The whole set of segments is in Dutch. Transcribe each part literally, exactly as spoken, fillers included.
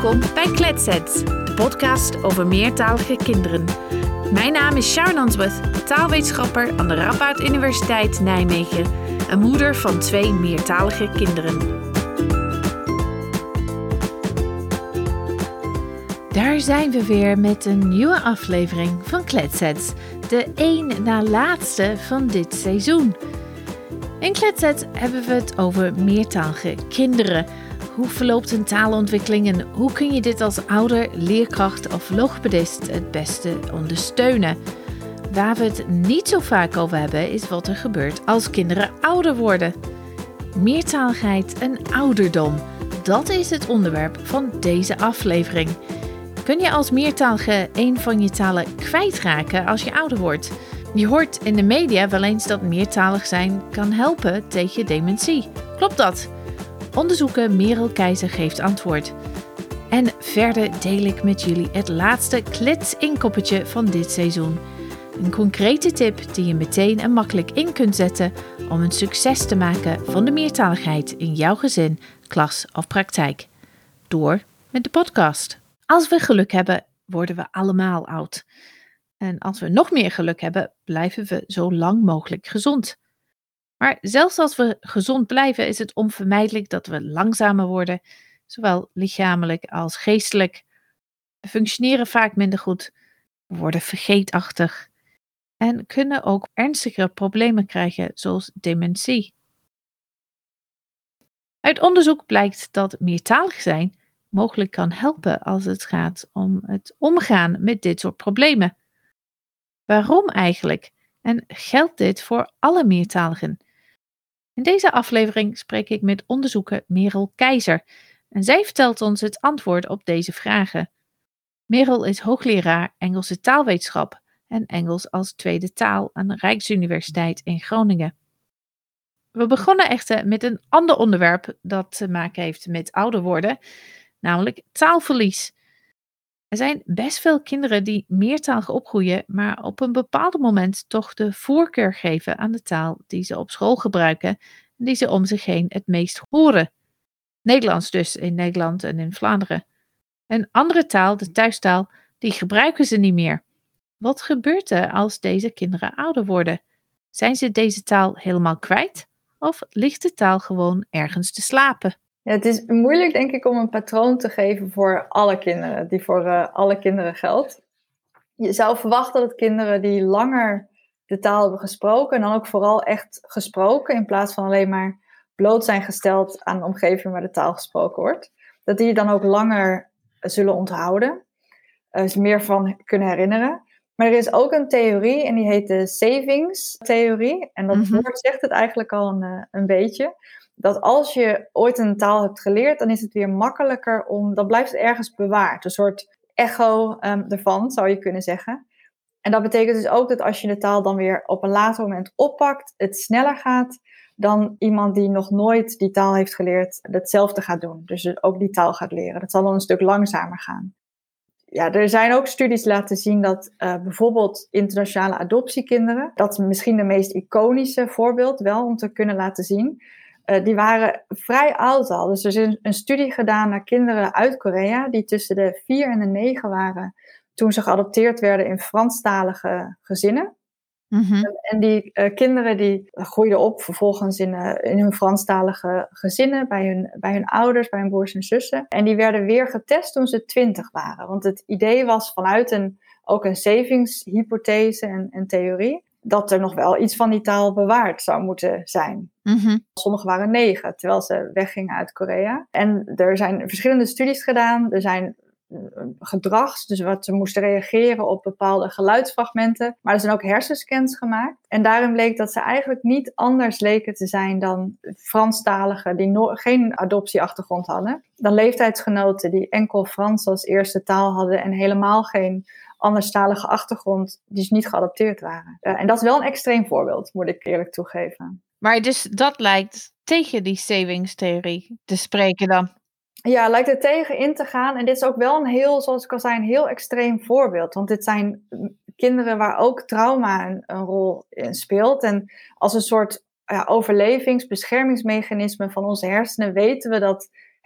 Welkom bij Kletsets, de podcast over meertalige kinderen. Mijn naam is Sharon Answorth, taalwetenschapper aan de Radboud Universiteit Nijmegen en moeder van twee meertalige kinderen. Daar zijn we weer met een nieuwe aflevering van Kletsets, de één na laatste van dit seizoen. In Kletsets hebben we het over meertalige kinderen. Hoe verloopt een taalontwikkeling en hoe kun je dit als ouder, leerkracht of logopedist het beste ondersteunen? Waar we het niet zo vaak over hebben is wat er gebeurt als kinderen ouder worden. Meertaligheid en ouderdom, dat is het onderwerp van deze aflevering. Kun je als meertalige een van je talen kwijtraken als je ouder wordt? Je hoort in de media wel eens dat meertalig zijn kan helpen tegen dementie. Klopt dat? Onderzoeker Merel Keizer geeft antwoord. En verder deel ik met jullie het laatste klets-inkoppertje van dit seizoen. Een concrete tip die je meteen en makkelijk in kunt zetten om een succes te maken van de meertaligheid in jouw gezin, klas of praktijk. Door met de podcast. Als we geluk hebben, worden we allemaal oud. En als we nog meer geluk hebben, blijven we zo lang mogelijk gezond. Maar zelfs als we gezond blijven, is het onvermijdelijk dat we langzamer worden, zowel lichamelijk als geestelijk. We functioneren vaak minder goed, we worden vergeetachtig en kunnen ook ernstigere problemen krijgen, zoals dementie. Uit onderzoek blijkt dat meertalig zijn mogelijk kan helpen als het gaat om het omgaan met dit soort problemen. Waarom eigenlijk? En geldt dit voor alle meertaligen? In deze aflevering spreek ik met onderzoeker Merel Keizer en zij vertelt ons het antwoord op deze vragen. Merel is hoogleraar Engelse taalwetenschap en Engels als tweede taal aan de Rijksuniversiteit in Groningen. We begonnen echter met een ander onderwerp dat te maken heeft met ouder worden, namelijk taalverlies. Er zijn best veel kinderen die meertalig opgroeien, maar op een bepaald moment toch de voorkeur geven aan de taal die ze op school gebruiken en die ze om zich heen het meest horen. Nederlands dus in Nederland en in Vlaanderen. Een andere taal, de thuistaal, die gebruiken ze niet meer. Wat gebeurt er als deze kinderen ouder worden? Zijn ze deze taal helemaal kwijt? Of ligt de taal gewoon ergens te slapen? Ja, het is moeilijk, denk ik, om een patroon te geven voor alle kinderen, die voor uh, alle kinderen geldt. Je zou verwachten dat kinderen die langer de taal hebben gesproken, en dan ook vooral echt gesproken, in plaats van alleen maar bloot zijn gesteld aan de omgeving waar de taal gesproken wordt, dat die dan ook langer zullen onthouden, uh, ze meer van kunnen herinneren. Maar er is ook een theorie en die heet de savingstheorie. En dat mm-hmm. woord zegt het eigenlijk al een, uh, een beetje. Dat als je ooit een taal hebt geleerd, dan is het weer makkelijker om, dan blijft het ergens bewaard. Een soort echo um, ervan, zou je kunnen zeggen. En dat betekent dus ook dat als je de taal dan weer op een later moment oppakt, het sneller gaat dan iemand die nog nooit die taal heeft geleerd, hetzelfde gaat doen. Dus ook die taal gaat leren. Dat zal dan een stuk langzamer gaan. Ja, er zijn ook studies laten zien dat uh, bijvoorbeeld internationale adoptiekinderen, dat is misschien de meest iconische voorbeeld wel om te kunnen laten zien. Uh, die waren vrij oud al. Dus er is een, een studie gedaan naar kinderen uit Korea die tussen de vier en de negen waren toen ze geadopteerd werden in Franstalige gezinnen. Mm-hmm. En, en die uh, kinderen die groeiden op vervolgens in, uh, in hun Franstalige gezinnen, bij hun, bij hun ouders, bij hun broers en zussen. En die werden weer getest toen ze twintig waren. Want het idee was vanuit een, ook een savingshypothese en, en theorie, dat er nog wel iets van die taal bewaard zou moeten zijn. Mm-hmm. Sommigen waren negen, terwijl ze weggingen uit Korea. En er zijn verschillende studies gedaan. Er zijn gedrags, dus wat ze moesten reageren op bepaalde geluidsfragmenten. Maar er zijn ook hersenscans gemaakt. En daarin bleek dat ze eigenlijk niet anders leken te zijn dan Franstaligen die no- geen adoptieachtergrond hadden. Dan leeftijdsgenoten die enkel Frans als eerste taal hadden en helemaal geen anderstalige achtergrond die dus niet geadopteerd waren. Uh, en dat is wel een extreem voorbeeld, moet ik eerlijk toegeven. Maar dus dat lijkt tegen die savingstheorie te spreken dan? Ja, lijkt er tegen in te gaan. En dit is ook wel een heel, zoals ik al zei, een heel extreem voorbeeld. Want dit zijn kinderen waar ook trauma een, een rol in speelt. En als een soort ja, overlevings-, beschermingsmechanisme van onze hersenen weten we dat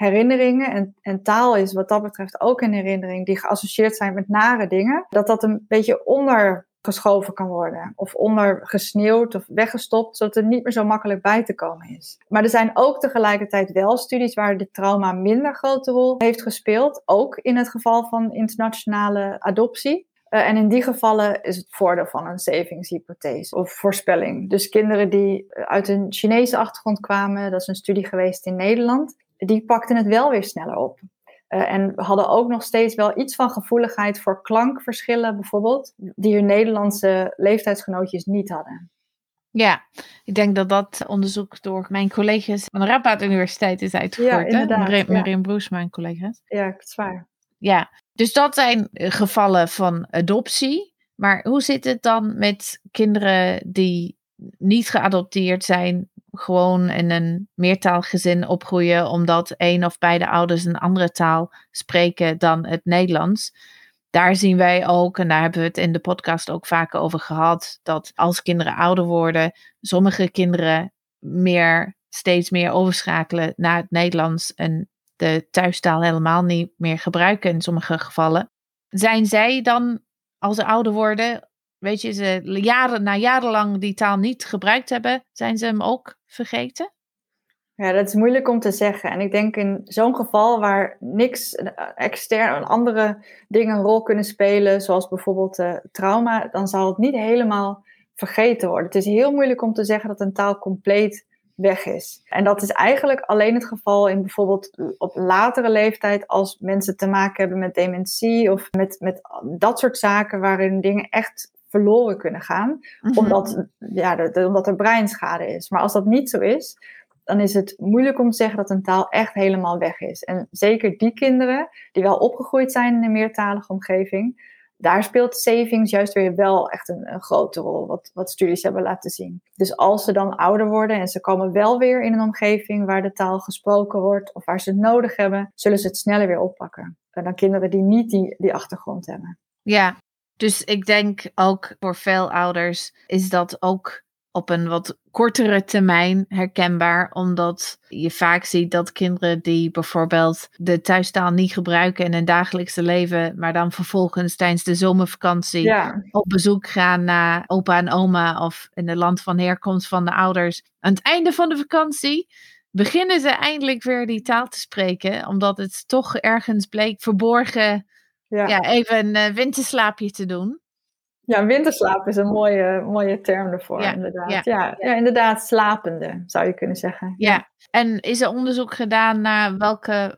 herinneringen, en, en taal is wat dat betreft ook een herinnering die geassocieerd zijn met nare dingen, dat dat een beetje ondergeschoven kan worden of ondergesneeuwd of weggestopt, zodat er niet meer zo makkelijk bij te komen is. Maar er zijn ook tegelijkertijd wel studies waar dit trauma minder grote rol heeft gespeeld, ook in het geval van internationale adoptie. Uh, en in die gevallen is het voordeel van een savingshypothese of voorspelling. Dus kinderen die uit een Chinese achtergrond kwamen, dat is een studie geweest in Nederland, die pakten het wel weer sneller op. Uh, en hadden ook nog steeds wel iets van gevoeligheid voor klankverschillen bijvoorbeeld, die hun Nederlandse leeftijdsgenootjes niet hadden. Ja, ik denk dat dat onderzoek door mijn collega's van de Radboud Universiteit is uitgevoerd. Ja, inderdaad. Marijn, ja. Marijn Broes, mijn collega's. Ja, het is waar. Ja, dus dat zijn gevallen van adoptie. Maar hoe zit het dan met kinderen die niet geadopteerd zijn, gewoon in een meertaalgezin opgroeien, omdat één of beide ouders een andere taal spreken dan het Nederlands? Daar zien wij ook, en daar hebben we het in de podcast ook vaker over gehad, dat als kinderen ouder worden, sommige kinderen meer, steeds meer overschakelen naar het Nederlands en de thuistaal helemaal niet meer gebruiken in sommige gevallen. Zijn zij dan, als ze ouder worden, weet je, ze jaren, na jarenlang die taal niet gebruikt hebben, zijn ze hem ook vergeten? Ja, dat is moeilijk om te zeggen. En ik denk in zo'n geval waar niks extern, andere dingen een rol kunnen spelen, zoals bijvoorbeeld uh, trauma, dan zal het niet helemaal vergeten worden. Het is heel moeilijk om te zeggen dat een taal compleet weg is. En dat is eigenlijk alleen het geval in bijvoorbeeld op latere leeftijd, als mensen te maken hebben met dementie of met, met dat soort zaken waarin dingen echt verloren kunnen gaan, mm-hmm. omdat, ja, de, de, omdat er breinschade is. Maar als dat niet zo is, dan is het moeilijk om te zeggen dat een taal echt helemaal weg is. En zeker die kinderen die wel opgegroeid zijn in een meertalige omgeving, daar speelt savings juist weer wel echt een, een grote rol, wat, wat studies hebben laten zien. Dus als ze dan ouder worden en ze komen wel weer in een omgeving waar de taal gesproken wordt of waar ze het nodig hebben, zullen ze het sneller weer oppakken dan kinderen die niet die, die achtergrond hebben. Ja, dus ik denk ook voor veel ouders is dat ook op een wat kortere termijn herkenbaar, omdat je vaak ziet dat kinderen die bijvoorbeeld de thuistaal niet gebruiken in hun dagelijkse leven, maar dan vervolgens tijdens de zomervakantie ja. op bezoek gaan naar opa en oma of in het land van herkomst van de ouders. Aan het einde van de vakantie beginnen ze eindelijk weer die taal te spreken, omdat het toch ergens bleek verborgen ja. Ja, even een uh, winterslaapje te doen. Ja, winterslaap is een mooie, mooie term ervoor, ja, inderdaad. Ja. Ja, ja, inderdaad, slapende, zou je kunnen zeggen. Ja. ja, en is er onderzoek gedaan naar welke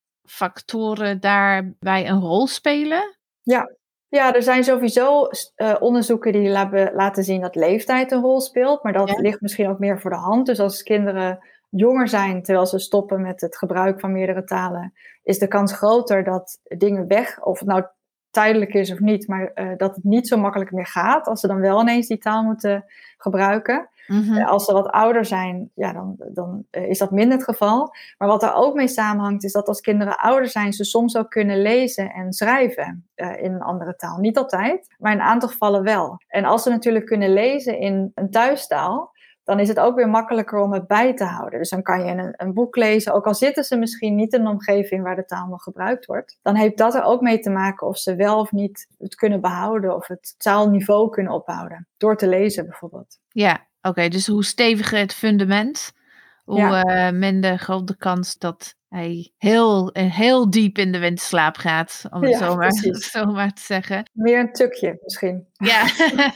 factoren daarbij een rol spelen? Ja, ja er zijn sowieso uh, onderzoeken die la- laten zien dat leeftijd een rol speelt, maar dat ja. ligt misschien ook meer voor de hand. Dus als kinderen jonger zijn terwijl ze stoppen met het gebruik van meerdere talen, is de kans groter dat dingen weg, of het nou tijdelijk is of niet, maar uh, dat het niet zo makkelijk meer gaat als ze dan wel ineens die taal moeten gebruiken. Mm-hmm. Uh, als ze wat ouder zijn, ja, dan, dan uh, is dat minder het geval. Maar wat er ook mee samenhangt, is dat als kinderen ouder zijn, ze soms ook kunnen lezen en schrijven uh, in een andere taal. Niet altijd, maar in een aantal gevallen wel. En als ze natuurlijk kunnen lezen in een thuistaal, dan is het ook weer makkelijker om het bij te houden. Dus dan kan je een, een boek lezen, ook al zitten ze misschien niet in een omgeving waar de taal nog gebruikt wordt. Dan heeft dat er ook mee te maken of ze wel of niet het kunnen behouden of het taalniveau kunnen ophouden. Door te lezen bijvoorbeeld. Ja, oké. Okay, dus hoe steviger het fundament, hoe ja. uh, minder groot de kans dat hij heel, heel diep in de winterslaap gaat, om het ja, zo, maar, zo maar te zeggen. Meer een tukje misschien. Ja.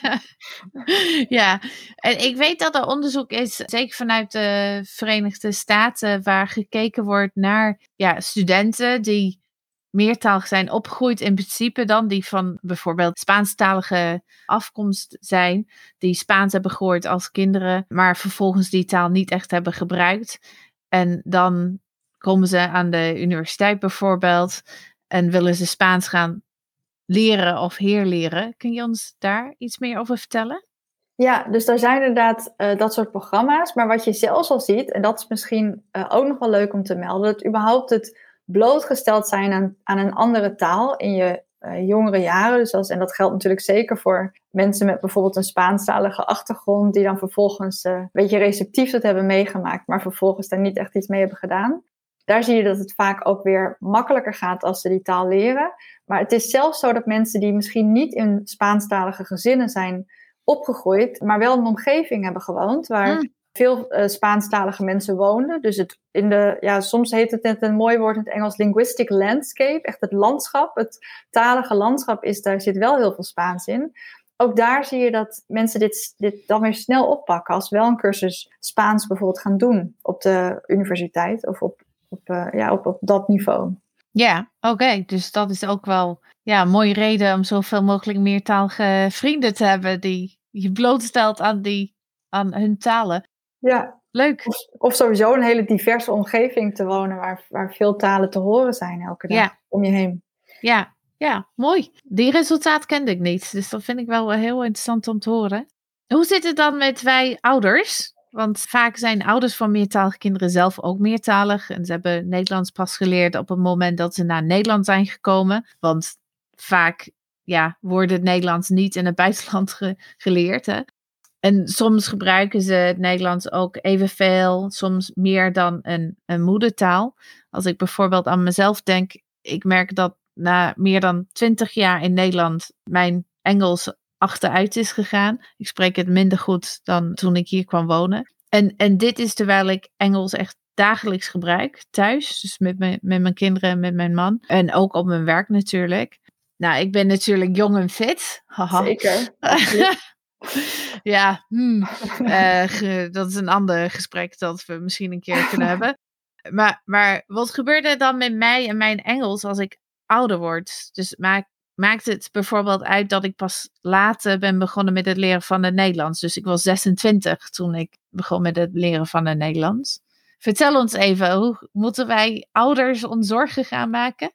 Ja, en ik weet dat er onderzoek is, zeker vanuit de Verenigde Staten, waar gekeken wordt naar ja, studenten die meertalig zijn opgegroeid, in principe dan, die van bijvoorbeeld Spaanstalige afkomst zijn, die Spaans hebben gehoord als kinderen, maar vervolgens die taal niet echt hebben gebruikt. En dan komen ze aan de universiteit bijvoorbeeld en willen ze Spaans gaan leren of herleren. Kun je ons daar iets meer over vertellen? Ja, dus daar zijn inderdaad uh, dat soort programma's. Maar wat je zelfs al ziet, en dat is misschien uh, ook nog wel leuk om te melden, dat überhaupt het blootgesteld zijn aan, aan een andere taal in je uh, jongere jaren. Dus als, en dat geldt natuurlijk zeker voor mensen met bijvoorbeeld een Spaanstalige achtergrond, die dan vervolgens uh, een beetje receptief dat hebben meegemaakt, maar vervolgens daar niet echt iets mee hebben gedaan. Daar zie je dat het vaak ook weer makkelijker gaat als ze die taal leren. Maar het is zelfs zo dat mensen die misschien niet in Spaanstalige gezinnen zijn opgegroeid, maar wel in een omgeving hebben gewoond waar mm. veel uh, Spaanstalige mensen woonden. Dus het in de, ja, soms heet het net een mooi woord in het Engels, linguistic landscape. Echt het landschap, het talige landschap, is, daar zit wel heel veel Spaans in. Ook daar zie je dat mensen dit, dit dan weer snel oppakken als ze wel een cursus Spaans bijvoorbeeld gaan doen op de universiteit of op, op, uh, ja, op, op dat niveau. Ja, oké. Okay. Dus dat is ook wel ja, een mooie reden om zoveel mogelijk meertalige vrienden te hebben die je blootstelt aan, die, aan hun talen. Ja. Leuk. Of, of sowieso een hele diverse omgeving te wonen waar, waar veel talen te horen zijn elke dag ja. om je heen. Ja. Ja, mooi. Die resultaat kende ik niet. Dus dat vind ik wel heel interessant om te horen. Hoe zit het dan met wij ouders? Want vaak zijn ouders van meertalige kinderen zelf ook meertalig. En ze hebben Nederlands pas geleerd op het moment dat ze naar Nederland zijn gekomen. Want vaak ja, wordt het Nederlands niet in het buitenland ge- geleerd. Hè? En soms gebruiken ze het Nederlands ook evenveel. Soms meer dan een, een moedertaal. Als ik bijvoorbeeld aan mezelf denk. Ik merk dat na meer dan twintig jaar in Nederland mijn Engels achteruit is gegaan. Ik spreek het minder goed dan toen ik hier kwam wonen. En, en dit is terwijl ik Engels echt dagelijks gebruik, thuis. Dus met, me, met mijn kinderen en met mijn man. En ook op mijn werk natuurlijk. Nou, ik ben natuurlijk jong en fit. Haha. Zeker. ja, hmm, uh, ge, dat is een ander gesprek dat we misschien een keer kunnen hebben. Maar, maar wat gebeurde er dan met mij en mijn Engels als ik ouder word? Dus maak, maakt het bijvoorbeeld uit dat ik pas later ben begonnen met het leren van het Nederlands. Dus ik was zesentwintig toen ik begon met het leren van het Nederlands. Vertel ons even, hoe moeten wij ouders ons zorgen gaan maken?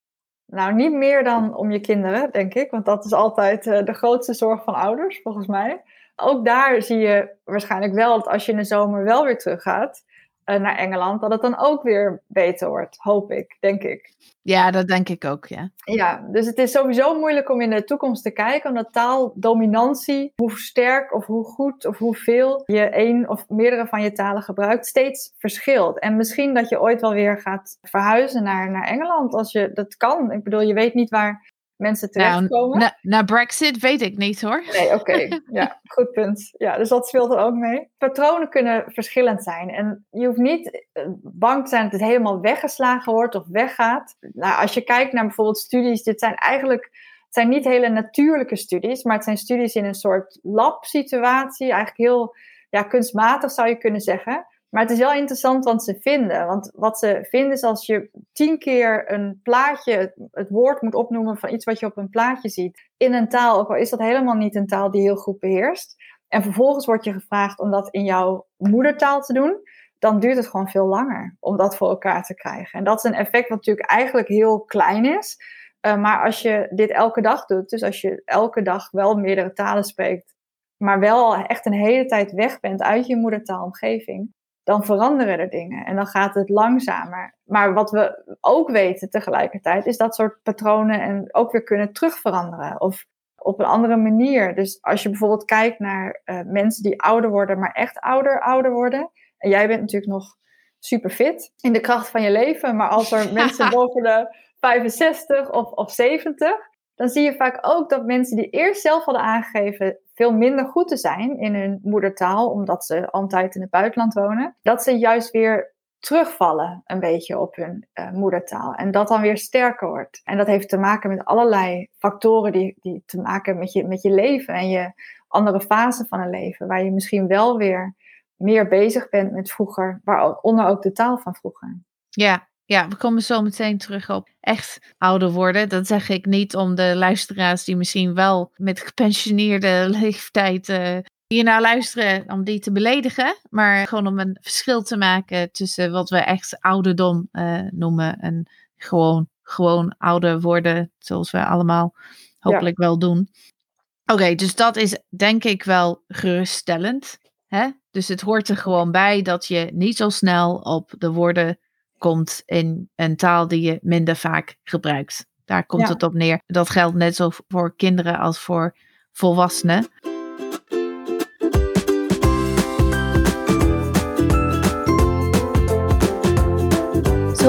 Nou, niet meer dan om je kinderen, denk ik. Want dat is altijd uh, de grootste zorg van ouders, volgens mij. Ook daar zie je waarschijnlijk wel dat als je in de zomer wel weer teruggaat uh, naar Engeland, dat het dan ook weer beter wordt, hoop ik, denk ik. Ja, dat denk ik ook, ja. Ja, dus het is sowieso moeilijk om in de toekomst te kijken, omdat taaldominantie, hoe sterk of hoe goed of hoeveel je één of meerdere van je talen gebruikt, steeds verschilt. En misschien dat je ooit wel weer gaat verhuizen naar, naar Engeland, als je dat kan. Ik bedoel, je weet niet waar mensen terechtkomen. Nou, na, na Brexit weet ik niet, hoor. Nee, oké. Okay. Ja, goed punt. Ja, dus dat speelt er ook mee. Patronen kunnen verschillend zijn. En je hoeft niet bang te zijn dat het helemaal weggeslagen wordt of weggaat. Nou, als je kijkt naar bijvoorbeeld studies, dit zijn eigenlijk het zijn niet hele natuurlijke studies, maar het zijn studies in een soort lab-situatie. Eigenlijk heel ja, kunstmatig zou je kunnen zeggen. Maar het is wel interessant wat ze vinden. Want wat ze vinden is als je tien keer een plaatje, het woord moet opnoemen van iets wat je op een plaatje ziet, in een taal, ook al is dat helemaal niet een taal die heel goed beheerst. En vervolgens wordt je gevraagd om dat in jouw moedertaal te doen. Dan duurt het gewoon veel langer om dat voor elkaar te krijgen. En dat is een effect wat natuurlijk eigenlijk heel klein is. Uh, maar als je dit elke dag doet, dus als je elke dag wel meerdere talen spreekt, maar wel echt een hele tijd weg bent uit je moedertaalomgeving, dan veranderen er dingen en dan gaat het langzamer. Maar wat we ook weten tegelijkertijd is dat soort patronen en ook weer kunnen terugveranderen of op een andere manier. Dus als je bijvoorbeeld kijkt naar uh, mensen die ouder worden, maar echt ouder, ouder worden. En jij bent natuurlijk nog super fit in de kracht van je leven, maar als er mensen boven de vijfenzestig of, of zeventig, dan zie je vaak ook dat mensen die eerst zelf hadden aangegeven veel minder goed te zijn in hun moedertaal, omdat ze al een tijd in het buitenland wonen, dat ze juist weer terugvallen een beetje op hun uh, moedertaal. En dat dan weer sterker wordt. En dat heeft te maken met allerlei factoren die, die te maken hebben met je, met je leven en je andere fasen van een leven, waar je misschien wel weer meer bezig bent met vroeger, waaronder ook de taal van vroeger. Ja. Ja, we komen zo meteen terug op echt ouder worden. Dat zeg ik niet om de luisteraars die misschien wel met gepensioneerde leeftijd uh, hiernaar luisteren, om die te beledigen. Maar gewoon om een verschil te maken tussen wat we echt ouderdom uh, noemen en gewoon, gewoon ouder worden, zoals we allemaal hopelijk ja. wel doen. Oké, okay, dus dat is denk ik wel geruststellend. Hè? Dus het hoort er gewoon bij dat je niet zo snel op de woorden komt in een taal die je minder vaak gebruikt. Daar komt ja. het op neer. Dat geldt net zo voor kinderen als voor volwassenen.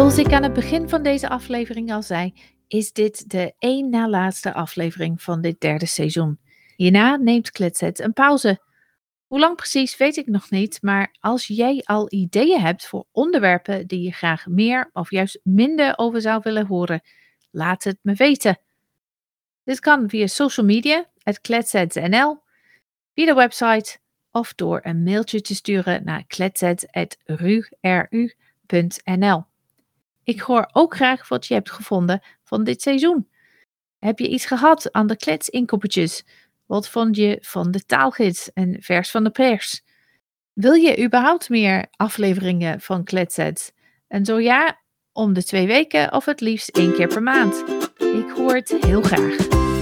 Zoals ik aan het begin van deze aflevering al zei, is dit de één na laatste aflevering van dit derde seizoen. Hierna neemt Kletsets een pauze. Hoe lang precies weet ik nog niet, maar als jij al ideeën hebt voor onderwerpen die je graag meer of juist minder over zou willen horen, laat het me weten. Dit kan via social media, at kletsetsnl, via de website of door een mailtje te sturen naar kletsets at ru punt n l. Ik hoor ook graag wat je hebt gevonden van dit seizoen. Heb je iets gehad aan de kletsinkoppeltjes? Wat vond je van de taalgids en vers van de pers? Wil je überhaupt meer afleveringen van Kletsets? En zo ja, om de twee weken of het liefst één keer per maand. Ik hoor het heel graag.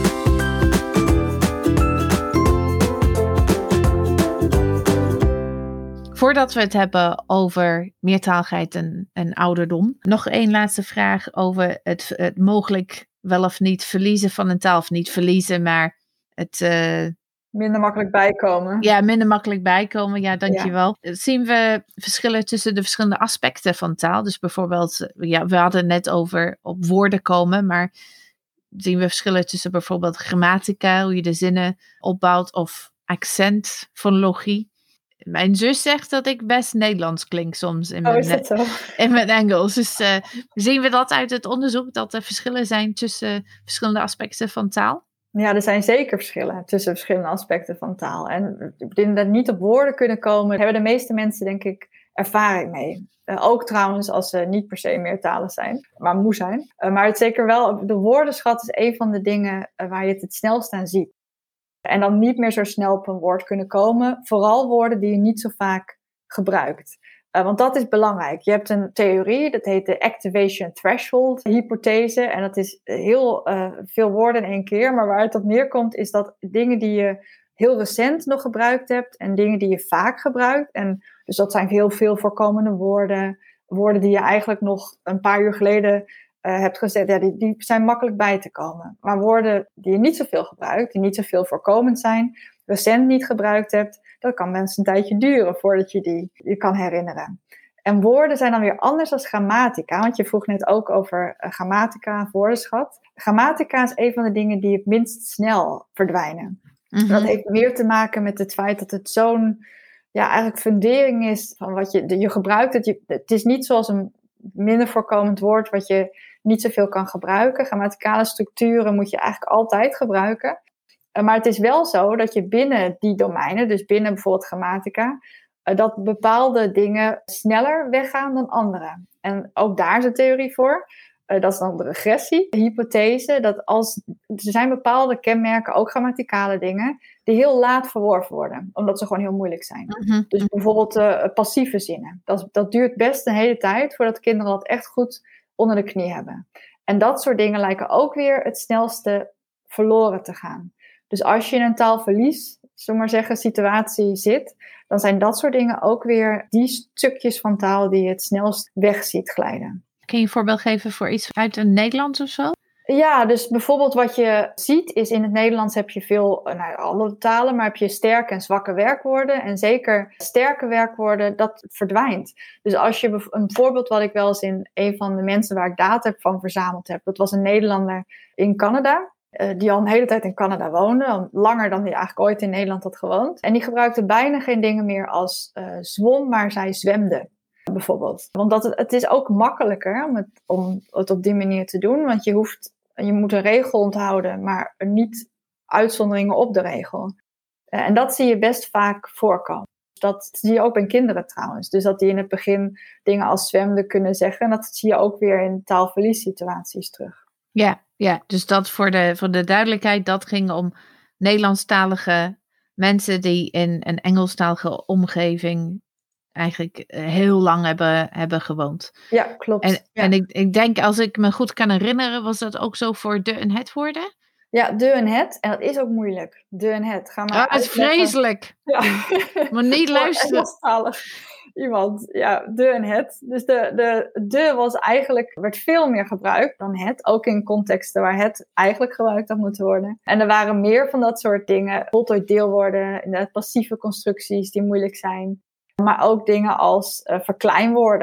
Voordat we het hebben over meertaligheid en, en ouderdom, nog één laatste vraag over het, het mogelijk wel of niet verliezen van een taal. Of niet verliezen, maar het... Uh, minder makkelijk bijkomen. Ja, minder makkelijk bijkomen. Ja, dankjewel. Ja. Zien we verschillen tussen de verschillende aspecten van taal? Dus bijvoorbeeld, ja, we hadden het net over op woorden komen, maar zien we verschillen tussen bijvoorbeeld grammatica, hoe je de zinnen opbouwt, of accent, fonologie? Mijn zus zegt dat ik best Nederlands klink soms in, oh, mijn, is dat zo? in mijn Engels. Dus uh, zien we dat uit het onderzoek, dat er verschillen zijn tussen verschillende aspecten van taal? Ja, er zijn zeker verschillen tussen verschillende aspecten van taal. En die dat niet op woorden kunnen komen, hebben de meeste mensen denk ik ervaring mee. Uh, ook trouwens als ze niet per se meertalig zijn, maar moe zijn. Uh, maar het zeker wel, de woordenschat is een van de dingen uh, waar je het het snelst aan ziet. En dan niet meer zo snel op een woord kunnen komen. Vooral woorden die je niet zo vaak gebruikt. Uh, want dat is belangrijk. Je hebt een theorie, dat heet de Activation Threshold hypothese. En dat is heel uh, veel woorden in één keer. Maar waar het op neerkomt is dat dingen die je heel recent nog gebruikt hebt. En dingen die je vaak gebruikt. En dus dat zijn heel veel voorkomende woorden. Woorden die je eigenlijk nog een paar uur geleden Uh, hebt gezegd, ja, die, die zijn makkelijk bij te komen. Maar woorden die je niet zoveel gebruikt, die niet zoveel voorkomend zijn, recent niet gebruikt hebt, dat kan best een tijdje duren voordat je die je kan herinneren. En woorden zijn dan weer anders dan grammatica, want je vroeg net ook over uh, grammatica, woordenschat. Grammatica is een van de dingen die het minst snel verdwijnen. Mm-hmm. Dat heeft meer te maken met het feit dat het zo'n, ja, eigenlijk fundering is van wat je, je gebruikt. Het, je, het is niet zoals een minder voorkomend woord wat je niet zoveel kan gebruiken. Grammaticale structuren moet je eigenlijk altijd gebruiken. Uh, maar het is wel zo dat je binnen die domeinen, dus binnen bijvoorbeeld grammatica, uh, dat bepaalde dingen sneller weggaan dan andere. En ook daar is een theorie voor. Uh, dat is dan de regressie-hypothese. Dat als, er zijn bepaalde kenmerken, ook grammaticale dingen, die heel laat verworven worden. Omdat ze gewoon heel moeilijk zijn. Mm-hmm. Dus bijvoorbeeld uh, passieve zinnen. Dat, dat duurt best een hele tijd voordat kinderen dat echt goed onder de knie hebben. En dat soort dingen lijken ook weer het snelste verloren te gaan. Dus als je in een taalverlies, zullen we maar zeggen, situatie zit, dan zijn dat soort dingen ook weer die stukjes van taal die je het snelst weg ziet glijden. Kun je een voorbeeld geven voor iets uit het Nederlands of zo? Ja, dus bijvoorbeeld wat je ziet is in het Nederlands heb je veel, nou alle talen, maar heb je sterke en zwakke werkwoorden. En zeker sterke werkwoorden, dat verdwijnt. Dus als je een voorbeeld wat ik wel eens in een van de mensen waar ik data van verzameld heb. Dat was een Nederlander in Canada. Uh, die al een hele tijd in Canada woonde. Langer dan hij eigenlijk ooit in Nederland had gewoond. En die gebruikte bijna geen dingen meer als uh, zwom, maar zij zwemde. Bijvoorbeeld. Want dat het, het is ook makkelijker om het, om het op die manier te doen. Want je hoeft, je moet een regel onthouden, maar niet uitzonderingen op de regel. Uh, en dat zie je best vaak voorkomen. Dat zie je ook bij kinderen trouwens. Dus dat die in het begin dingen als zwemde kunnen zeggen. En dat zie je ook weer in taalverliessituaties terug. Ja, ja, dus dat voor de, voor de duidelijkheid, dat ging om Nederlandstalige mensen die in een Engelstalige omgeving eigenlijk heel lang hebben, hebben gewoond. Ja, klopt. En, ja. en ik, ik denk, als ik me goed kan herinneren, was dat ook zo voor de en het woorden? Ja, de en het. En dat is ook moeilijk. De en het. Ga maar oh, het is vreselijk. Ja. Maar niet luisteren. Engelstalig iemand. Ja, de en het. Dus de, de, de was eigenlijk, werd veel meer gebruikt dan het. Ook in contexten waar het eigenlijk gebruikt had moeten worden. En er waren meer van dat soort dingen. Voltooid deelwoorden, inderdaad passieve constructies die moeilijk zijn. Maar ook dingen als uh, verkleinwoorden.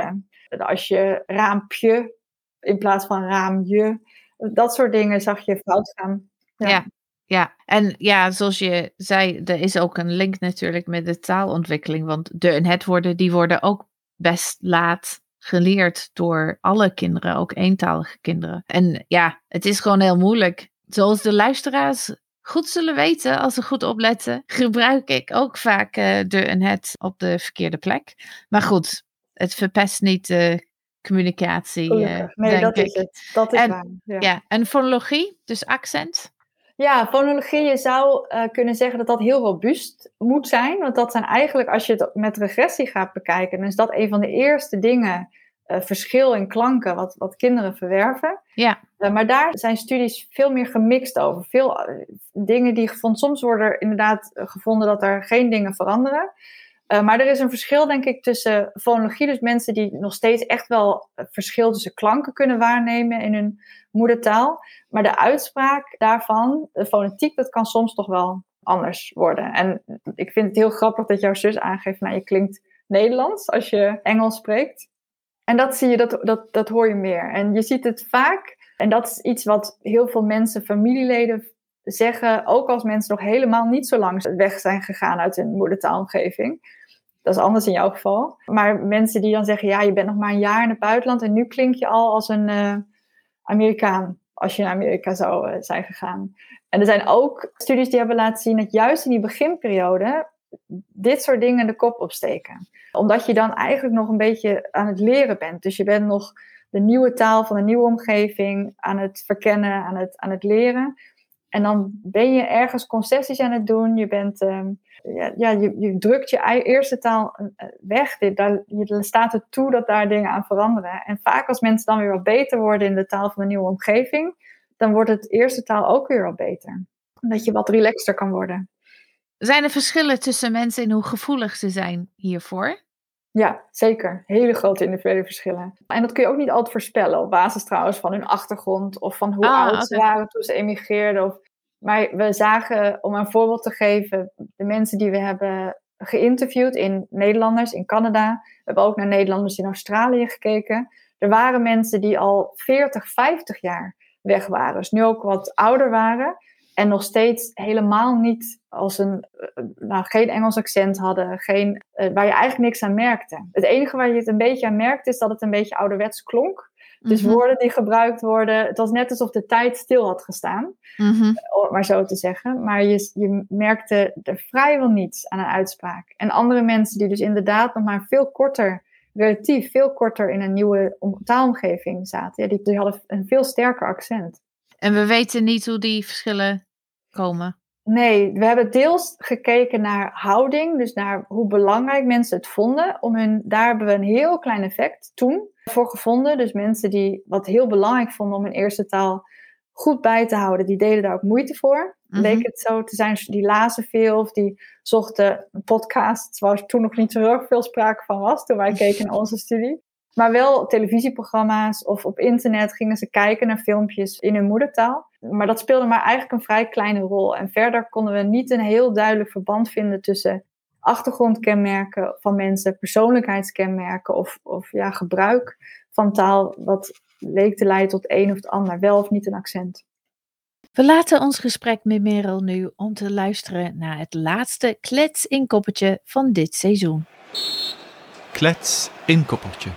Als je raampje in plaats van raamje, dat soort dingen zag je fout gaan. Ja. ja, ja. En ja, zoals je zei, er is ook een link natuurlijk met de taalontwikkeling. Want de en het woorden, die worden ook best laat geleerd door alle kinderen, ook eentalige kinderen. En ja, het is gewoon heel moeilijk. Zoals de luisteraars goed zullen weten, als ze goed opletten, gebruik ik ook vaak uh, de en het op de verkeerde plek. Maar goed, het verpest niet de communicatie, uh, nee, denk dat ik. is het. Dat is en, waar. Ja. ja, en fonologie, dus accent. Ja, fonologie, je zou uh, kunnen zeggen dat dat heel robuust moet zijn. Want dat zijn eigenlijk, als je het met regressie gaat bekijken, dan is dat een van de eerste dingen, uh, verschil in klanken, wat, wat kinderen verwerven. Ja. Uh, maar daar zijn studies veel meer gemixt over. Veel uh, dingen die gevonden, soms worden er inderdaad gevonden dat er geen dingen veranderen. Uh, maar er is een verschil, denk ik, tussen fonologie, dus mensen die nog steeds echt wel het verschil tussen klanken kunnen waarnemen in hun moedertaal. Maar de uitspraak daarvan, de fonetiek, dat kan soms toch wel anders worden. En ik vind het heel grappig dat jouw zus aangeeft, nou, je klinkt Nederlands als je Engels spreekt. En dat zie je, dat, dat, dat hoor je meer. En je ziet het vaak, en dat is iets wat heel veel mensen, familieleden zeggen, ook als mensen nog helemaal niet zo lang weg zijn gegaan uit hun moedertaalomgeving. Dat is anders in jouw geval. Maar mensen die dan zeggen, ja, je bent nog maar een jaar in het buitenland en nu klink je al als een uh, Amerikaan, als je naar Amerika zou uh, zijn gegaan. En er zijn ook studies die hebben laten zien dat juist in die beginperiode dit soort dingen de kop opsteken. Omdat je dan eigenlijk nog een beetje aan het leren bent. Dus je bent nog de nieuwe taal van een nieuwe omgeving aan het verkennen, aan het, aan het leren. En dan ben je ergens concessies aan het doen. Je, bent, um, ja, ja, je, je drukt je eerste taal weg. Dit, daar, je staat er toe dat daar dingen aan veranderen. En vaak als mensen dan weer wat beter worden in de taal van een nieuwe omgeving, dan wordt het eerste taal ook weer wat beter. Dat je wat relaxter kan worden. Zijn er verschillen tussen mensen in hoe gevoelig ze zijn hiervoor? Ja, zeker. Hele grote individuele verschillen. En dat kun je ook niet altijd voorspellen. Op basis trouwens van hun achtergrond. Of van hoe ah, oud ze okay. waren toen ze emigreerden. Of... Maar we zagen, om een voorbeeld te geven, de mensen die we hebben geïnterviewd in Nederlanders in Canada. We hebben ook naar Nederlanders in Australië gekeken. Er waren mensen die al veertig, vijftig jaar weg waren. Dus nu ook wat ouder waren. En nog steeds helemaal niet als een, nou, geen Engels accent hadden. Geen, uh, waar je eigenlijk niks aan merkte. Het enige waar je het een beetje aan merkte is dat het een beetje ouderwets klonk. Dus mm-hmm. woorden die gebruikt worden. Het was net alsof de tijd stil had gestaan. Mm-hmm. Om maar zo te zeggen. Maar je, je merkte er vrijwel niets aan een uitspraak. En andere mensen die dus inderdaad nog maar veel korter, relatief veel korter in een nieuwe taalomgeving zaten. Ja, die, die hadden een veel sterker accent. En we weten niet hoe die verschillen komen. Nee, we hebben deels gekeken naar houding. Dus naar hoe belangrijk mensen het vonden. Om hun, daar hebben we een heel klein effect toen voor gevonden. Dus mensen die wat heel belangrijk vonden om hun eerste taal goed bij te houden. Die deden daar ook moeite voor. Mm-hmm. Leek het zo te zijn. Die lazen veel of die zochten podcasts. Waar toen nog niet zo heel veel sprake van was. Toen wij keken naar onze studie. Maar wel televisieprogramma's of op internet gingen ze kijken naar filmpjes in hun moedertaal. Maar dat speelde maar eigenlijk een vrij kleine rol. En verder konden we niet een heel duidelijk verband vinden tussen achtergrondkenmerken van mensen, persoonlijkheidskenmerken of, of ja, gebruik van taal wat leek te leiden tot een of het ander, wel of niet een accent. We laten ons gesprek met Merel nu om te luisteren naar het laatste klets-inkoppertje van dit seizoen. Klets-inkoppertje.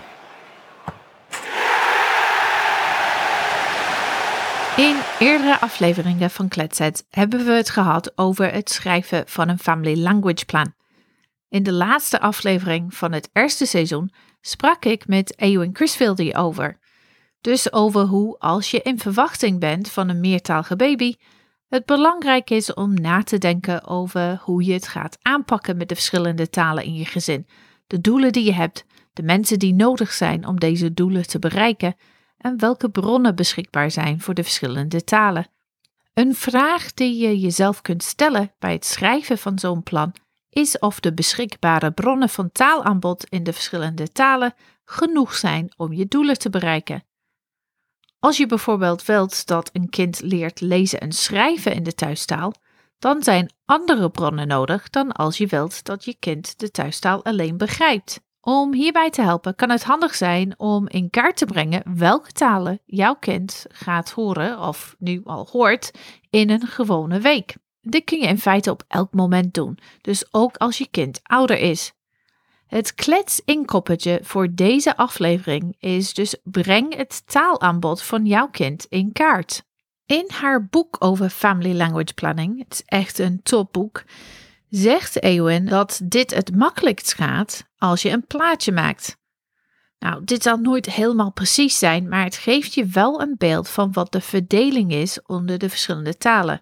In eerdere afleveringen van Kletsets hebben we het gehad over het schrijven van een Family Language Plan. In de laatste aflevering van het eerste seizoen sprak ik met Eowyn Crisfield hierover. Dus over hoe, als je in verwachting bent van een meertalige baby, het belangrijk is om na te denken over hoe je het gaat aanpakken met de verschillende talen in je gezin, de doelen die je hebt, de mensen die nodig zijn om deze doelen te bereiken en welke bronnen beschikbaar zijn voor de verschillende talen. Een vraag die je jezelf kunt stellen bij het schrijven van zo'n plan is of de beschikbare bronnen van taalaanbod in de verschillende talen genoeg zijn om je doelen te bereiken. Als je bijvoorbeeld wilt dat een kind leert lezen en schrijven in de thuistaal, dan zijn andere bronnen nodig dan als je wilt dat je kind de thuistaal alleen begrijpt. Om hierbij te helpen kan het handig zijn om in kaart te brengen welke talen jouw kind gaat horen of nu al hoort in een gewone week. Dit kun je in feite op elk moment doen, dus ook als je kind ouder is. Het kletsinkoppeltje voor deze aflevering is dus breng het taalaanbod van jouw kind in kaart. In haar boek over Family Language Planning, het is echt een topboek, zegt Eowyn dat dit het makkelijkst gaat als je een plaatje maakt. Nou, dit zal nooit helemaal precies zijn, maar het geeft je wel een beeld van wat de verdeling is onder de verschillende talen.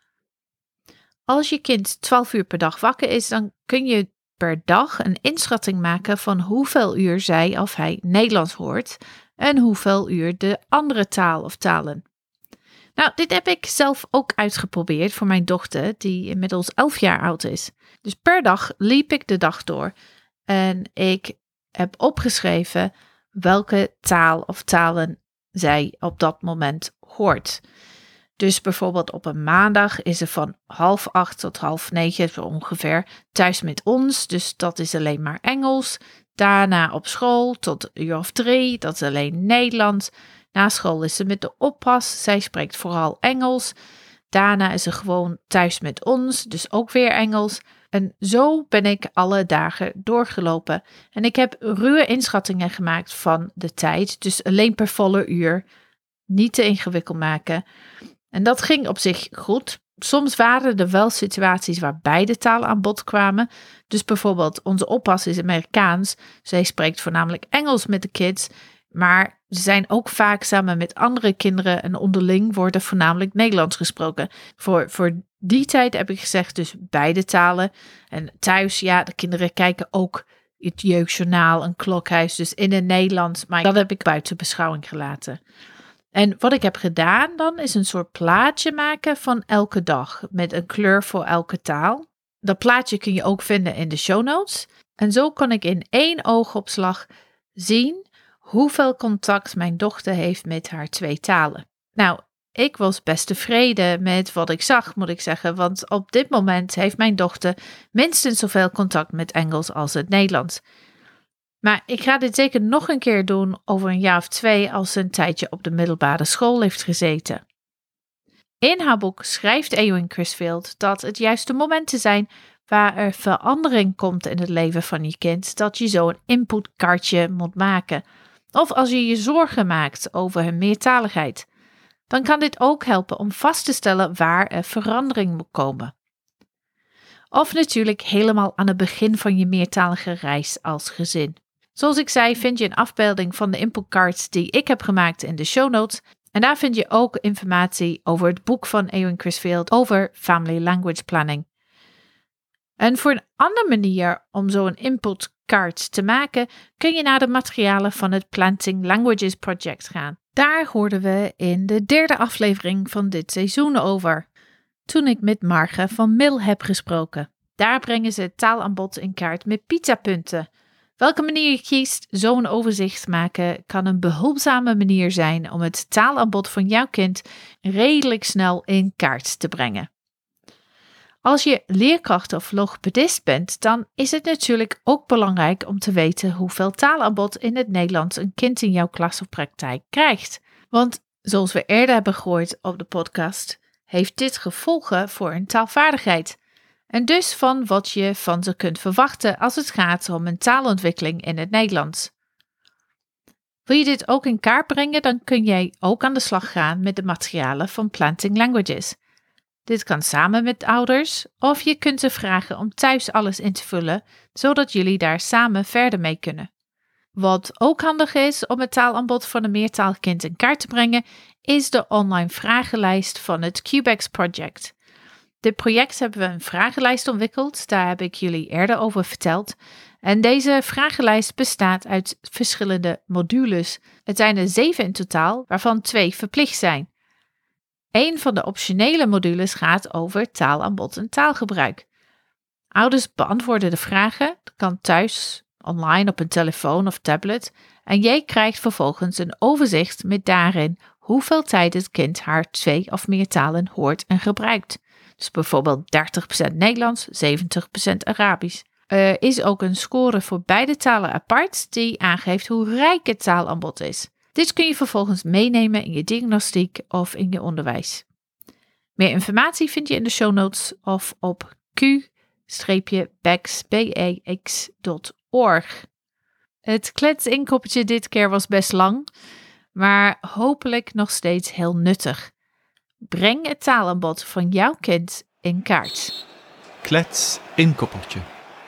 Als je kind twaalf uur per dag wakker is, dan kun je per dag een inschatting maken van hoeveel uur zij of hij Nederlands hoort en hoeveel uur de andere taal of talen. Nou, dit heb ik zelf ook uitgeprobeerd voor mijn dochter, die inmiddels elf jaar oud is. Dus per dag liep ik de dag door en ik heb opgeschreven welke taal of talen zij op dat moment hoort. Dus bijvoorbeeld op een maandag is ze van half acht tot half negen zo ongeveer thuis met ons, dus dat is alleen maar Engels. Daarna op school tot een uur of drie, dat is alleen Nederlands. Na school is ze met de oppas, zij spreekt vooral Engels. Daarna is ze gewoon thuis met ons, dus ook weer Engels. En zo ben ik alle dagen doorgelopen. En ik heb ruwe inschattingen gemaakt van de tijd, dus alleen per volle uur. Niet te ingewikkeld maken. En dat ging op zich goed. Soms waren er wel situaties waar beide talen aan bod kwamen. Dus bijvoorbeeld onze oppas is Amerikaans. Zij spreekt voornamelijk Engels met de kids. Maar ze zijn ook vaak samen met andere kinderen en onderling wordt voornamelijk Nederlands gesproken. Voor, voor die tijd heb ik gezegd dus beide talen. En thuis, ja, de kinderen kijken ook het Jeugdjournaal, een klokhuis, dus in het Nederlands. Maar dat heb ik buiten beschouwing gelaten. En wat ik heb gedaan dan is een soort plaatje maken van elke dag met een kleur voor elke taal. Dat plaatje kun je ook vinden in de show notes. En zo kon ik in één oogopslag zien hoeveel contact mijn dochter heeft met haar twee talen. Nou, ik was best tevreden met wat ik zag, moet ik zeggen, want op dit moment heeft mijn dochter minstens zoveel contact met Engels als het Nederlands. Maar ik ga dit zeker nog een keer doen over een jaar of twee als ze een tijdje op de middelbare school heeft gezeten. In haar boek schrijft Eowyn Crisfield dat het juist de momenten zijn waar er verandering komt in het leven van je kind, dat je zo een inputkaartje moet maken. Of als je je zorgen maakt over hun meertaligheid. Dan kan dit ook helpen om vast te stellen waar er verandering moet komen. Of natuurlijk helemaal aan het begin van je meertalige reis als gezin. Zoals ik zei, vind je een afbeelding van de inputcards die ik heb gemaakt in de show notes. En daar vind je ook informatie over het boek van Eowyn Crisfield over Family Language Planning. En voor een andere manier om zo'n inputcard te maken, kun je naar de materialen van het Planting Languages Project gaan. Daar hoorden we in de derde aflevering van dit seizoen over, toen ik met Marge van Mil heb gesproken. Daar brengen ze het taalaanbod in kaart met pizzapunten. Welke manier je kiest, zo'n overzicht maken kan een behulpzame manier zijn om het taalaanbod van jouw kind redelijk snel in kaart te brengen. Als je leerkracht of logopedist bent, dan is het natuurlijk ook belangrijk om te weten hoeveel taalaanbod in het Nederlands een kind in jouw klas of praktijk krijgt. Want zoals we eerder hebben gehoord op de podcast, heeft dit gevolgen voor hun taalvaardigheid. En dus van wat je van ze kunt verwachten als het gaat om een taalontwikkeling in het Nederlands. Wil je dit ook in kaart brengen, dan kun jij ook aan de slag gaan met de materialen van Planting Languages. Dit kan samen met ouders, of je kunt ze vragen om thuis alles in te vullen, zodat jullie daar samen verder mee kunnen. Wat ook handig is om het taalaanbod van een meertalig kind in kaart te brengen, is de online vragenlijst van het Cubex Project. Dit project hebben we een vragenlijst ontwikkeld, daar heb ik jullie eerder over verteld. En deze vragenlijst bestaat uit verschillende modules. Het zijn er zeven in totaal, waarvan twee verplicht zijn. Een van de optionele modules gaat over taalaanbod en taalgebruik. Ouders beantwoorden de vragen, dat kan thuis, online op een telefoon of tablet. En jij krijgt vervolgens een overzicht met daarin hoeveel tijd het kind haar twee of meer talen hoort en gebruikt. Dus bijvoorbeeld dertig procent Nederlands, zeventig procent Arabisch. Er is ook een score voor beide talen apart die aangeeft hoe rijk het taalaanbod is. Dit kun je vervolgens meenemen in je diagnostiek of in je onderwijs. Meer informatie vind je in de show notes of op q bex dot org. Het kletsinkoppeltje dit keer was best lang, maar hopelijk nog steeds heel nuttig. Breng het taalaanbod van jouw kind in kaart. Kletsinkoppeltje.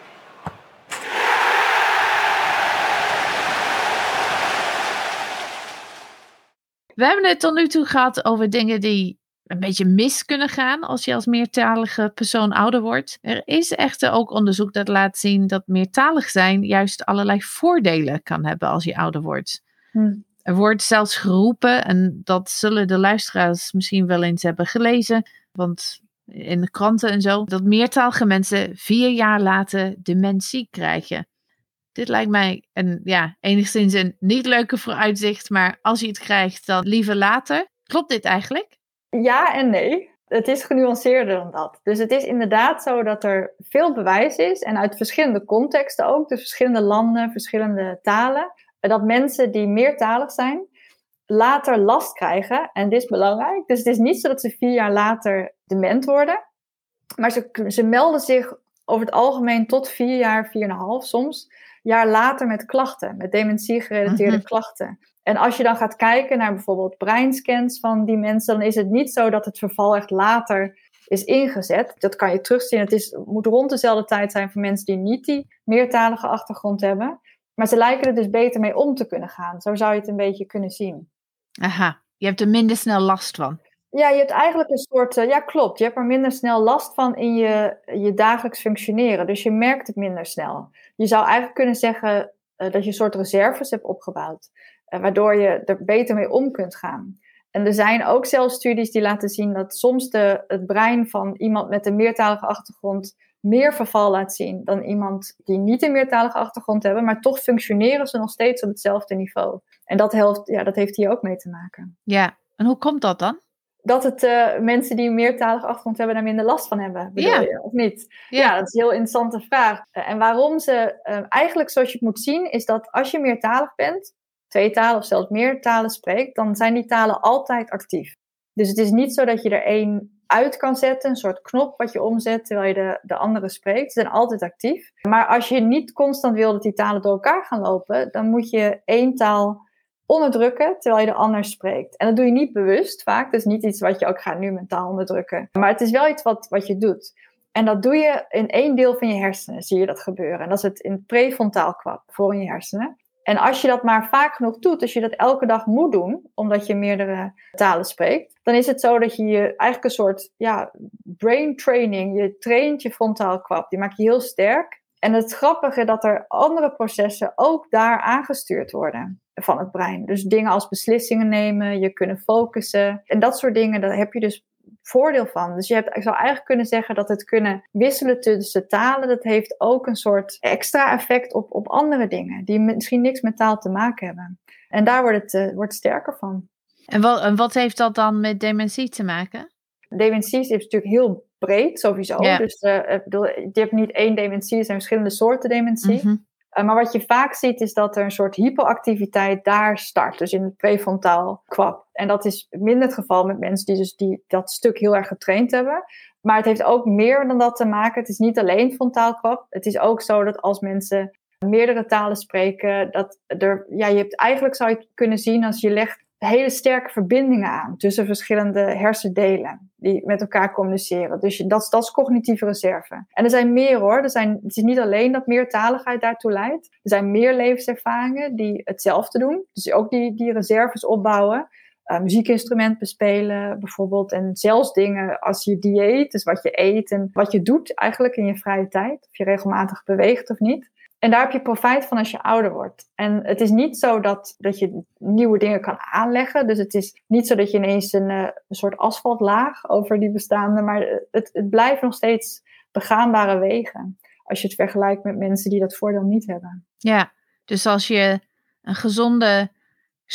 We hebben het tot nu toe gehad over dingen die een beetje mis kunnen gaan als je als meertalige persoon ouder wordt. Er is echter ook onderzoek dat laat zien dat meertalig zijn juist allerlei voordelen kan hebben als je ouder wordt. Hmm. Er wordt zelfs geroepen, en dat zullen de luisteraars misschien wel eens hebben gelezen, want in de kranten en zo, dat meertalige mensen vier jaar later dementie krijgen. Dit lijkt mij een, ja, enigszins een niet leuke vooruitzicht, maar als je het krijgt, dan liever later. Klopt dit eigenlijk? Ja en nee. Het is genuanceerder dan dat. Dus het is inderdaad zo dat er veel bewijs is, en uit verschillende contexten ook, dus verschillende landen, verschillende talen, dat mensen die meertalig zijn, later last krijgen. En dit is belangrijk. Dus het is niet zo dat ze vier jaar later dement worden, maar ze, ze melden zich over het algemeen tot vier jaar, vier en een half soms, jaar later met klachten, met dementie-gerelateerde mm-hmm. klachten. En als je dan gaat kijken naar bijvoorbeeld breinscans van die mensen, dan is het niet zo dat het verval echt later is ingezet. Dat kan je terugzien. Het is, moet rond dezelfde tijd zijn voor mensen die niet die meertalige achtergrond hebben. Maar ze lijken er dus beter mee om te kunnen gaan. Zo zou je het een beetje kunnen zien. Aha, je hebt er minder snel last van. Ja, je hebt eigenlijk een soort... Uh, ja, klopt. Je hebt er minder snel last van in je, je dagelijks functioneren. Dus je merkt het minder snel. Je zou eigenlijk kunnen zeggen uh, dat je een soort reserves hebt opgebouwd. Uh, waardoor je er beter mee om kunt gaan. En er zijn ook zelfs studies die laten zien dat soms de, het brein van iemand met een meertalige achtergrond meer verval laat zien dan iemand die niet een meertalige achtergrond hebben, maar toch functioneren ze nog steeds op hetzelfde niveau. En dat, helpt, ja, dat heeft hier ook mee te maken. Ja, en hoe komt dat dan? Dat het uh, mensen die een meertalige achtergrond hebben daar minder last van hebben, bedoel ja. je, of niet? Ja. ja, dat is een heel interessante vraag. Uh, en waarom ze, uh, eigenlijk zoals je het moet zien, is dat als je meertalig bent, twee talen of zelfs meer talen spreekt, dan zijn die talen altijd actief. Dus het is niet zo dat je er één uit kan zetten, een soort knop wat je omzet terwijl je de, de andere spreekt. Ze zijn altijd actief. Maar als je niet constant wil dat die talen door elkaar gaan lopen, dan moet je één taal onderdrukken terwijl je de ander spreekt. En dat doe je niet bewust vaak. Dat is niet iets wat je ook gaat nu mentaal onderdrukken. Maar het is wel iets wat, wat je doet. En dat doe je in één deel van je hersenen, zie je dat gebeuren. En dat is het in het prefrontaal kwab voor in je hersenen. En als je dat maar vaak genoeg doet, als je dat elke dag moet doen, omdat je meerdere talen spreekt, dan is het zo dat je je eigenlijk een soort ja, brain training, je traint je frontaal kwab, die maak je heel sterk. En het grappige dat er andere processen ook daar aangestuurd worden van het brein. Dus dingen als beslissingen nemen, je kunnen focussen en dat soort dingen, daar heb je dus voordeel van. Dus je hebt, ik zou eigenlijk kunnen zeggen dat het kunnen wisselen tussen talen, dat heeft ook een soort extra effect op, op andere dingen, die misschien niks met taal te maken hebben. En daar wordt het, uh, wordt sterker van. En wat, en wat heeft dat dan met dementie te maken? Dementie is natuurlijk heel breed, sowieso. Ja. Dus uh, ik bedoel, je hebt niet één dementie, er zijn verschillende soorten dementie. Mm-hmm. Uh, maar wat je vaak ziet is dat er een soort hypoactiviteit daar start. Dus in het prefrontaal kwab. En dat is minder het geval met mensen die, dus die dat stuk heel erg getraind hebben. Maar het heeft ook meer dan dat te maken. Het is niet alleen frontaal kwab. Het is ook zo dat als mensen meerdere talen spreken, dat er, ja, je hebt eigenlijk zou je het kunnen zien als je legt hele sterke verbindingen aan tussen verschillende hersendelen die met elkaar communiceren. Dus je, dat, dat is cognitieve reserve. En er zijn meer hoor. Er zijn, het is niet alleen dat meertaligheid daartoe leidt. Er zijn meer levenservaringen die hetzelfde doen. Dus ook die, die reserves opbouwen. Uh, muziekinstrument bespelen bijvoorbeeld. En zelfs dingen als je dieet, dus wat je eet en wat je doet eigenlijk in je vrije tijd. Of je regelmatig beweegt of niet. En daar heb je profijt van als je ouder wordt. En het is niet zo dat, dat je nieuwe dingen kan aanleggen. Dus het is niet zo dat je ineens een, een soort asfaltlaag over die bestaande. Maar het, het blijven nog steeds begaanbare wegen. Als je het vergelijkt met mensen die dat voordeel niet hebben. Ja, dus als je een gezonde,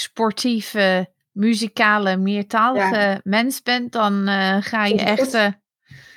sportieve, muzikale, meertalige ja. mens bent, dan uh, ga je echt... Uh,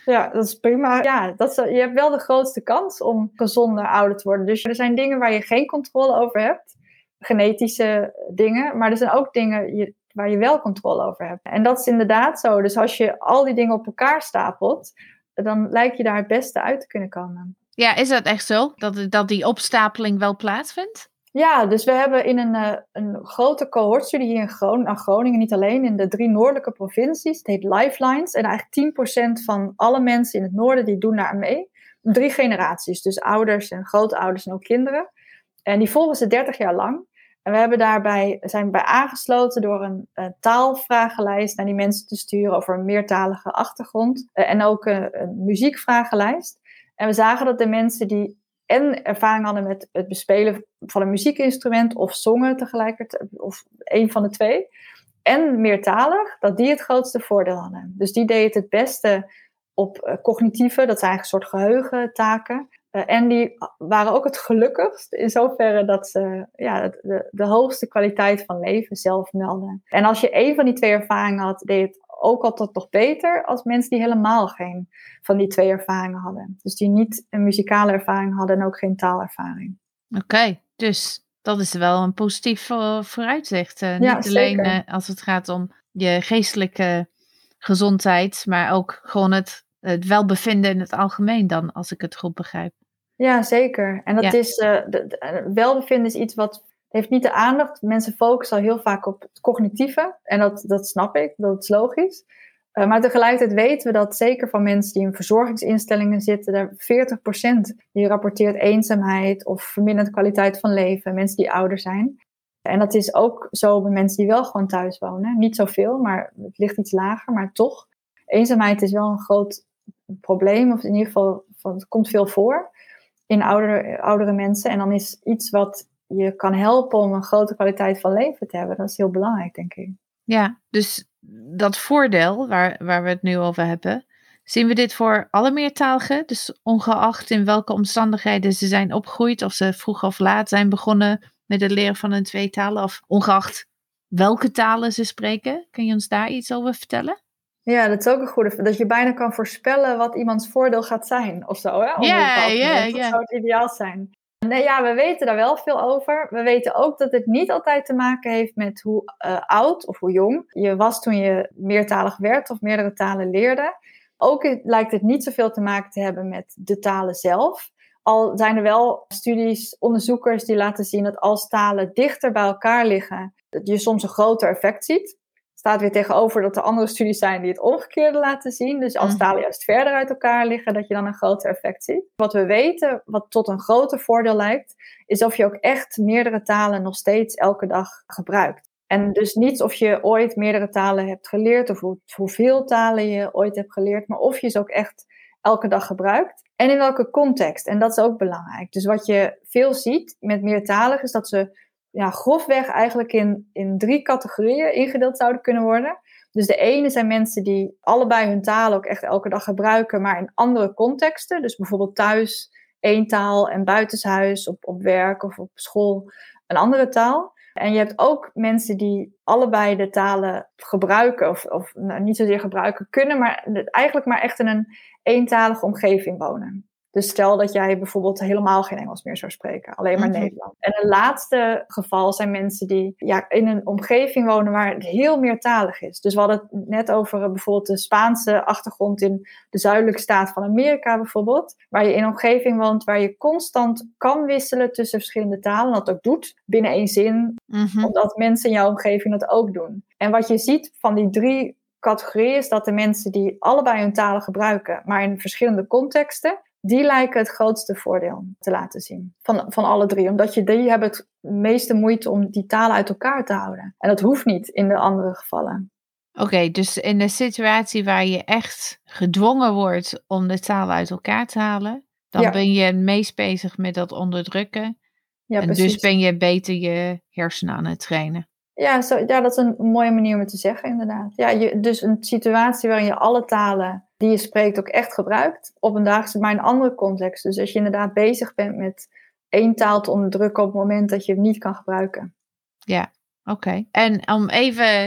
Ja, dat is prima. Ja, dat is, je hebt wel de grootste kans om gezonder ouder te worden. Dus er zijn dingen waar je geen controle over hebt. Genetische dingen. Maar er zijn ook dingen waar je wel controle over hebt. En dat is inderdaad zo. Dus als je al die dingen op elkaar stapelt, dan lijkt je daar het beste uit te kunnen komen. Ja, is dat echt zo? Dat, dat die opstapeling wel plaatsvindt? Ja, dus we hebben in een, uh, een grote cohortstudie hier in Groningen, Groningen, niet alleen, in de drie noordelijke provincies. Het heet Lifelines. En eigenlijk tien procent van alle mensen in het noorden die doen daar mee. Drie generaties, dus ouders en grootouders en ook kinderen. En die volgen ze dertig jaar lang. En we hebben daarbij, zijn bij aangesloten door een uh, taalvragenlijst naar die mensen te sturen over een meertalige achtergrond. Uh, en ook uh, een muziekvragenlijst. En we zagen dat de mensen die en ervaring hadden met het bespelen van een muziekinstrument of zongen tegelijkertijd, of een van de twee, en meertalig, dat die het grootste voordeel hadden. Dus die deden het het beste op uh, cognitieve, dat zijn eigenlijk een soort geheugentaken. Uh, en die waren ook het gelukkigst in zoverre dat ze ja, de, de hoogste kwaliteit van leven zelf melden. En als je één van die twee ervaringen had, deed het ook altijd nog beter als mensen die helemaal geen van die twee ervaringen hadden. Dus die niet een muzikale ervaring hadden en ook geen taalervaring. Oké, okay, dus dat is wel een positief uh, vooruitzicht. Uh, ja, niet alleen uh, als het gaat om je geestelijke gezondheid, maar ook gewoon het, het welbevinden in het algemeen dan, als ik het goed begrijp. Ja, zeker. En dat ja. is, uh, de, de, welbevinden is iets wat heeft niet de aandacht. Mensen focussen al heel vaak op het cognitieve. En dat, dat snap ik, dat is logisch. Uh, maar tegelijkertijd weten we dat zeker van mensen die in verzorgingsinstellingen zitten, daar veertig procent die rapporteert eenzaamheid of verminderde kwaliteit van leven. Mensen die ouder zijn. En dat is ook zo bij mensen die wel gewoon thuis wonen. Niet zoveel, maar het ligt iets lager, maar toch. Eenzaamheid is wel een groot probleem. Of in ieder geval, het komt veel voor in oudere, oudere mensen. En dan is iets wat je kan helpen om een grote kwaliteit van leven te hebben. Dat is heel belangrijk, denk ik. Ja, dus dat voordeel waar, waar we het nu over hebben, zien we dit voor alle meertaligen? Dus ongeacht in welke omstandigheden ze zijn opgegroeid, of ze vroeg of laat zijn begonnen met het leren van hun twee talen, of ongeacht welke talen ze spreken. Kun je ons daar iets over vertellen? Ja, dat is ook een goede. Dat je bijna kan voorspellen wat iemands voordeel gaat zijn, of zo. Hè? Ja, ja, ja. Dat zou het ideaal zijn. Nee, ja, we weten daar wel veel over. We weten ook dat het niet altijd te maken heeft met hoe uh, oud of hoe jong je was toen je meertalig werd of meerdere talen leerde. Ook lijkt het niet zoveel te maken te hebben met de talen zelf. Al zijn er wel studies, onderzoekers die laten zien dat als talen dichter bij elkaar liggen, dat je soms een groter effect ziet. Staat weer tegenover dat er andere studies zijn die het omgekeerde laten zien. Dus als talen juist verder uit elkaar liggen, dat je dan een groter effect ziet. Wat we weten, wat tot een groter voordeel lijkt, is of je ook echt meerdere talen nog steeds elke dag gebruikt. En dus niet of je ooit meerdere talen hebt geleerd, of hoe, hoeveel talen je ooit hebt geleerd, maar of je ze ook echt elke dag gebruikt. En in welke context. En dat is ook belangrijk. Dus wat je veel ziet met meertaligen is dat ze ja, grofweg eigenlijk in, in drie categorieën ingedeeld zouden kunnen worden. Dus de ene zijn mensen die allebei hun talen ook echt elke dag gebruiken, maar in andere contexten. Dus bijvoorbeeld thuis één taal en buitenshuis, op, op werk of op school een andere taal. En je hebt ook mensen die allebei de talen gebruiken, of, of nou, niet zozeer gebruiken kunnen, maar eigenlijk maar echt in een eentalige omgeving wonen. Dus stel dat jij bijvoorbeeld helemaal geen Engels meer zou spreken, alleen maar mm-hmm. Nederlands. En het laatste geval zijn mensen die ja, in een omgeving wonen waar het heel meertalig is. Dus we hadden het net over uh, bijvoorbeeld de Spaanse achtergrond in de zuidelijke staat van Amerika bijvoorbeeld. Waar je in een omgeving woont waar je constant kan wisselen tussen verschillende talen. En dat ook doet binnen één zin, mm-hmm. omdat mensen in jouw omgeving dat ook doen. En wat je ziet van die drie categorieën is dat de mensen die allebei hun talen gebruiken, maar in verschillende contexten, die lijken het grootste voordeel te laten zien. Van, van alle drie. Omdat je, die hebben het meeste moeite om die talen uit elkaar te houden. En dat hoeft niet in de andere gevallen. Oké, okay, dus in een situatie waar je echt gedwongen wordt om de talen uit elkaar te halen, dan ja. ben je het meest bezig met dat onderdrukken. Ja, en precies. Dus ben je beter je hersenen aan het trainen. Ja, zo, ja, dat is een mooie manier om het te zeggen, inderdaad. Ja, je, dus een situatie waarin je alle talen die je spreekt ook echt gebruikt, op een dagelijkse, maar in een andere context. Dus als je inderdaad bezig bent met één taal te onderdrukken op het moment dat je het niet kan gebruiken. Ja, oké. Okay. En om even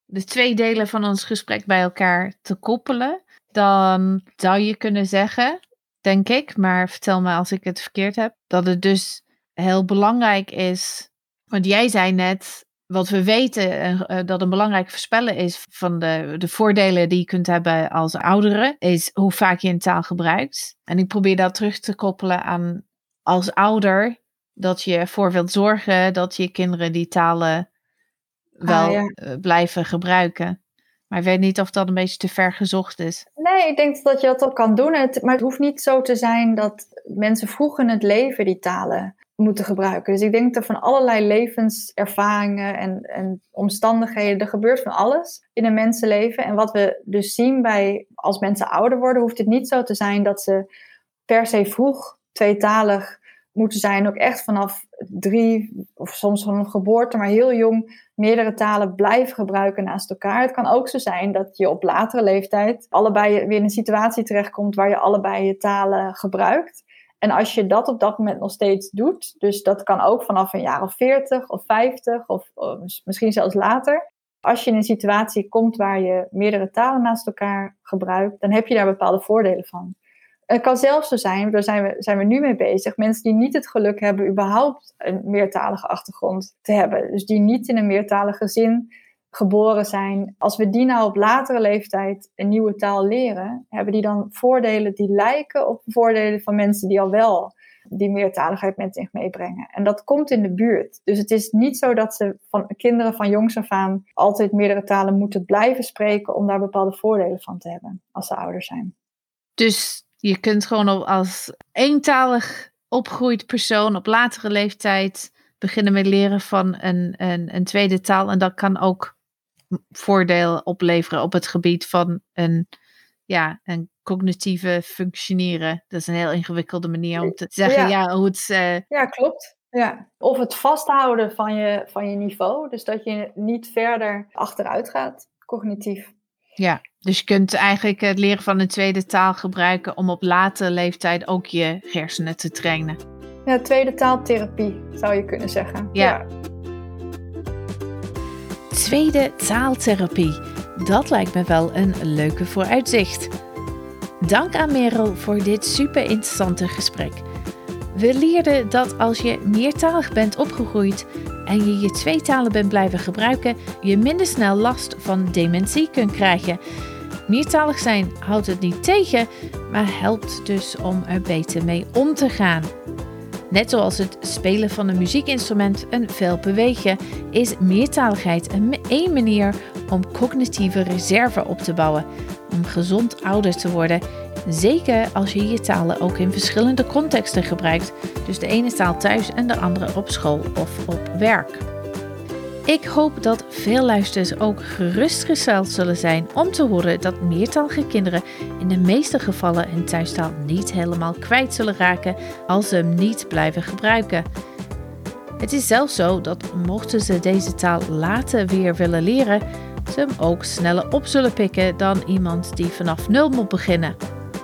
de twee delen van ons gesprek bij elkaar te koppelen, dan zou je kunnen zeggen, denk ik, maar vertel me als ik het verkeerd heb, dat het dus heel belangrijk is, want jij zei net, wat we weten, uh, dat een belangrijk voorspellen is van de, de voordelen die je kunt hebben als ouderen, is hoe vaak je een taal gebruikt. En ik probeer dat terug te koppelen aan als ouder, dat je ervoor wilt zorgen dat je kinderen die talen wel ah, ja. uh, blijven gebruiken. Maar ik weet niet of dat een beetje te ver gezocht is. Nee, ik denk dat je dat ook kan doen. Het, maar het hoeft niet zo te zijn dat mensen vroeg in het leven die talen moeten gebruiken. Dus ik denk dat van allerlei levenservaringen en, en omstandigheden, er gebeurt van alles in een mensenleven. En wat we dus zien bij, als mensen ouder worden, hoeft het niet zo te zijn dat ze per se vroeg tweetalig moeten zijn. Ook echt vanaf drie, of soms vanaf geboorte, maar heel jong, meerdere talen blijven gebruiken naast elkaar. Het kan ook zo zijn dat je op latere leeftijd allebei weer in een situatie terechtkomt waar je allebei je talen gebruikt. En als je dat op dat moment nog steeds doet, dus dat kan ook vanaf een jaar of veertig of vijftig of, of misschien zelfs later. Als je in een situatie komt waar je meerdere talen naast elkaar gebruikt, dan heb je daar bepaalde voordelen van. Het kan zelfs zo zijn, daar zijn we, zijn we nu mee bezig, mensen die niet het geluk hebben überhaupt een meertalige achtergrond te hebben. Dus die niet in een meertalig gezin geboren zijn. Als we die nou op latere leeftijd een nieuwe taal leren, hebben die dan voordelen die lijken op voordelen van mensen die al wel die meertaligheid met zich meebrengen. En dat komt in de buurt. Dus het is niet zo dat ze van kinderen van jongs af aan altijd meerdere talen moeten blijven spreken om daar bepaalde voordelen van te hebben als ze ouder zijn. Dus je kunt gewoon als eentalig opgegroeid persoon op latere leeftijd beginnen met leren van een, een, een tweede taal. En dat kan ook voordeel opleveren op het gebied van een, ja, een cognitieve functioneren. Dat is een heel ingewikkelde manier om te zeggen ja, ja hoe het... Uh... Ja, klopt. Ja. Of het vasthouden van je, van je niveau. Dus dat je niet verder achteruit gaat, cognitief. Ja, dus je kunt eigenlijk het leren van een tweede taal gebruiken om op late leeftijd ook je hersenen te trainen. Ja, tweede taaltherapie zou je kunnen zeggen. Ja. ja. Tweede taaltherapie. Dat lijkt me wel een leuke vooruitzicht. Dank aan Merel voor dit super interessante gesprek. We leerden dat als je meertalig bent opgegroeid en je je twee talen bent blijven gebruiken, je minder snel last van dementie kunt krijgen. Meertalig zijn houdt het niet tegen, maar helpt dus om er beter mee om te gaan. Net zoals het spelen van een muziekinstrument en veel bewegen, is meertaligheid een één manier om cognitieve reserve op te bouwen, om gezond ouder te worden. Zeker als je je talen ook in verschillende contexten gebruikt, dus de ene taal thuis en de andere op school of op werk. Ik hoop dat veel luisteraars ook gerustgesteld zullen zijn om te horen dat meertalige kinderen in de meeste gevallen hun thuistaal niet helemaal kwijt zullen raken als ze hem niet blijven gebruiken. Het is zelfs zo dat mochten ze deze taal later weer willen leren, ze hem ook sneller op zullen pikken dan iemand die vanaf nul moet beginnen.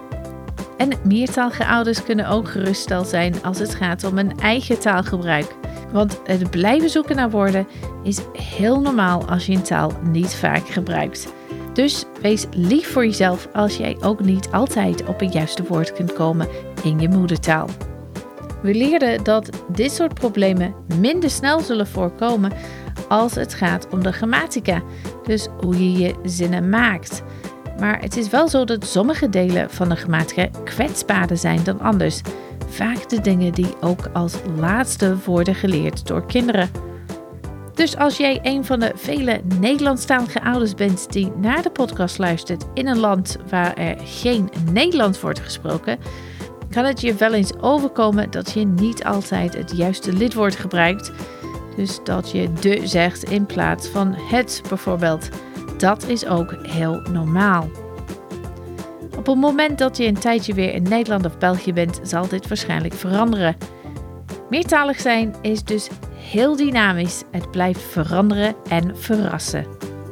En meertalige ouders kunnen ook gerustgesteld zijn als het gaat om een eigen taalgebruik. Want het blijven zoeken naar woorden is heel normaal als je een taal niet vaak gebruikt. Dus wees lief voor jezelf als jij ook niet altijd op het juiste woord kunt komen in je moedertaal. We leerden dat dit soort problemen minder snel zullen voorkomen als het gaat om de grammatica, dus hoe je je zinnen maakt. Maar het is wel zo dat sommige delen van de grammatica kwetsbaarder zijn dan anders. Vaak de dingen die ook als laatste worden geleerd door kinderen. Dus als jij een van de vele Nederlandstalige ouders bent die naar de podcast luistert in een land waar er geen Nederlands wordt gesproken, kan het je wel eens overkomen dat je niet altijd het juiste lidwoord gebruikt. Dus dat je de zegt in plaats van het bijvoorbeeld. Dat is ook heel normaal. Op het moment dat je een tijdje weer in Nederland of België bent, zal dit waarschijnlijk veranderen. Meertalig zijn is dus heel dynamisch. Het blijft veranderen en verrassen.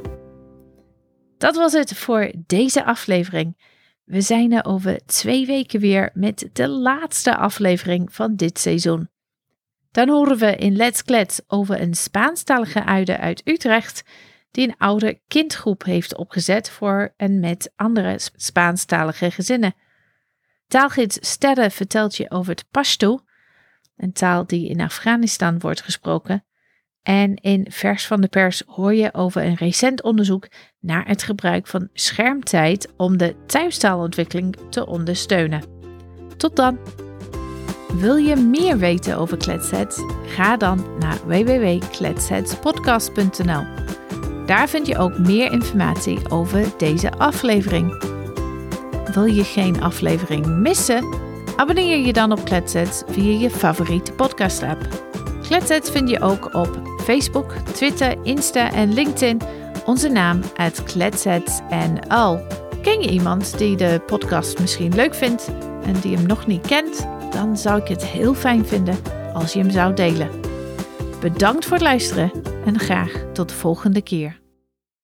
Dat was het voor deze aflevering. We zijn er over twee weken weer met de laatste aflevering van dit seizoen. Dan horen we in Let's Klets over een Spaanstalige ouder uit Utrecht die een oude kindgroep heeft opgezet voor en met andere Spaanstalige gezinnen. Taalgids Sterre vertelt je over het Pashto, een taal die in Afghanistan wordt gesproken. En in Vers van de Pers hoor je over een recent onderzoek naar het gebruik van schermtijd om de thuistaalontwikkeling te ondersteunen. Tot dan! Wil je meer weten over Kletsets? Ga dan naar w w w punt kletsetspodcast punt n l. Daar vind je ook meer informatie over deze aflevering. Wil je geen aflevering missen? Abonneer je dan op Kletsets via je favoriete podcast-app. Kletsets vind je ook op Facebook, Twitter, Insta en LinkedIn. Onze naam at Kletsets N L. Ken je iemand die de podcast misschien leuk vindt en die hem nog niet kent? Dan zou ik het heel fijn vinden als je hem zou delen. Bedankt voor het luisteren en graag tot de volgende keer.